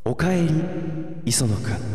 おかえり磯野くん。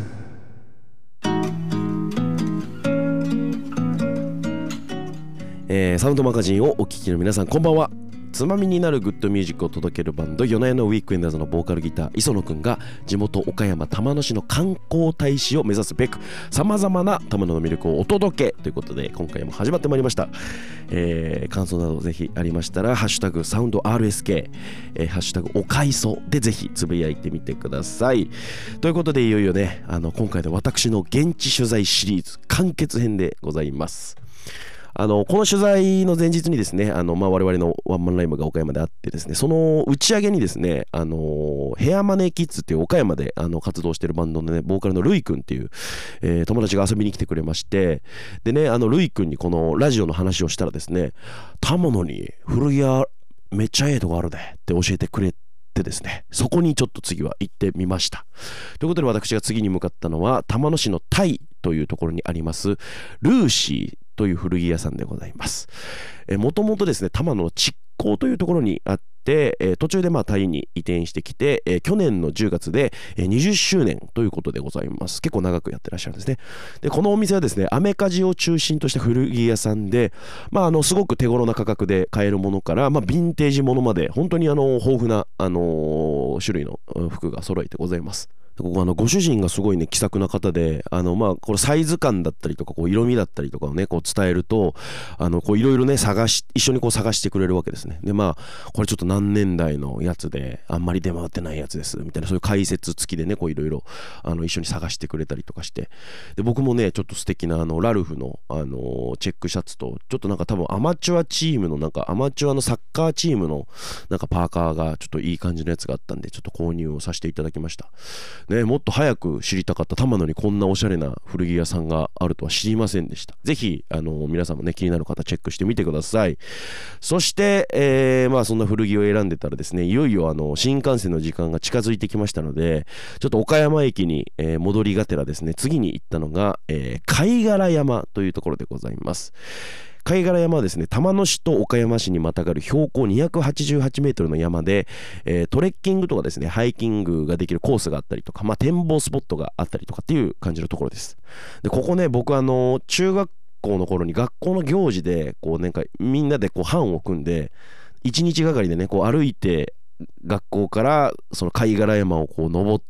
サウンドマガジンをお聞きの皆さん、こんばんは。つまみになるグッドミュージックを届けるバンド、夜な夜のウィークエンダーズのボーカルギター磯野くんが、地元岡山玉野市の観光大使を目指すべく、さまざまな玉野の魅力をお届けということで、今回も始まってまいりました。感想などぜひありましたら、ハッシュタグサウンド RSK、ハッシュタグおかいそでぜひつぶやいてみてください。ということで、いよいよね、今回で私の現地取材シリーズ完結編でございます。この取材の前日にですね、我々のワンマンライブが岡山であってですね、その打ち上げにですね、ヘアマネーキッズっていう岡山で活動してるバンドのね、ボーカルのルイ君っていう、友達が遊びに来てくれまして、でね、ルイ君にこのラジオの話をしたらですね、玉野に古着屋めっちゃええとこあるでって教えてくれてですね、そこにちょっと次は行ってみました。ということで、私が次に向かったのは玉野市のタイというところにありますルーシーという古着屋さんでございます。もともとですね、玉野の築港というところにあって、途中でタイに移転してきて、去年の10月で、20周年ということでございます。結構長くやってらっしゃるんですね。で、このお店はですね、アメカジを中心とした古着屋さんで、すごく手頃な価格で買えるものから、ヴィンテージものまで本当に豊富な、種類の服が揃えてございます。ここご主人がすごいね気さくな方で、これサイズ感だったりとか色味だったりとかをね伝えると、いろいろね一緒に探してくれるわけですね。でこれちょっと何年代のやつであんまり出回ってないやつですみたいな、そういう解説付きでねいろいろ一緒に探してくれたりとかして、で僕もねちょっと素敵なラルフのチェックシャツと、ちょっと多分アマチュアチームのアマチュアのサッカーチームのパーカーがちょっといい感じのやつがあったんで、ちょっと購入をさせていただきました。ね、もっと早く知りたかった。玉野にこんなおしゃれな古着屋さんがあるとは知りませんでした。ぜひ皆さんもね気になる方チェックしてみてください。そして、そんな古着を選んでたらですね、いよいよ新幹線の時間が近づいてきましたので、ちょっと岡山駅に、戻りがてらですね、次に行ったのが、貝殻山というところでございます。貝殻山はですね、玉野市と岡山市にまたがる標高288メートルの山で、トレッキングとかですね、ハイキングができるコースがあったりとか、展望スポットがあったりとかっていう感じのところです。で、ここね、僕中学校の頃に学校の行事でみんなで班を組んで1日がかりでね歩いて学校からその貝殻山を登って、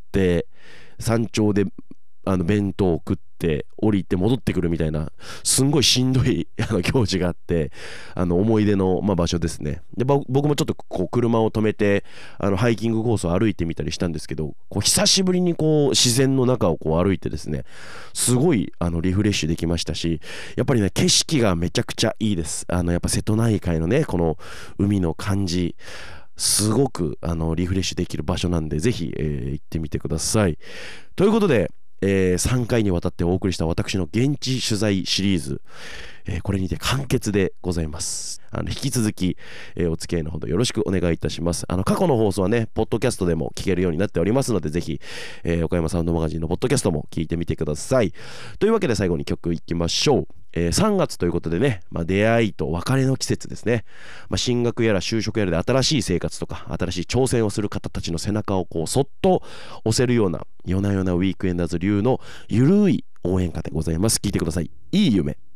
山頂で弁当を食って降りて戻ってくるみたいな、すんごいしんどい行事があって、思い出の、場所ですね。で僕もちょっと車を止めてハイキングコースを歩いてみたりしたんですけど、久しぶりに自然の中を歩いてですね、すごいリフレッシュできましたし、やっぱりね景色がめちゃくちゃいいです。やっぱ瀬戸内海のねこの海の感じ、すごくリフレッシュできる場所なんで、ぜひ、行ってみてください。ということで、3回にわたってお送りした私の現地取材シリーズ、これにて完結でございます。引き続き、お付き合いのほどよろしくお願いいたします。過去の放送はねポッドキャストでも聞けるようになっておりますので、ぜひ、岡山サウンドマガジンのポッドキャストも聞いてみてください。というわけで最後に曲いきましょう。3月ということでね、出会いと別れの季節ですね。進学やら就職やらで新しい生活とか新しい挑戦をする方たちの背中をそっと押せるような夜な夜なウィークエンダーズ流のゆるい応援歌でございます。聞いてください。いい夢。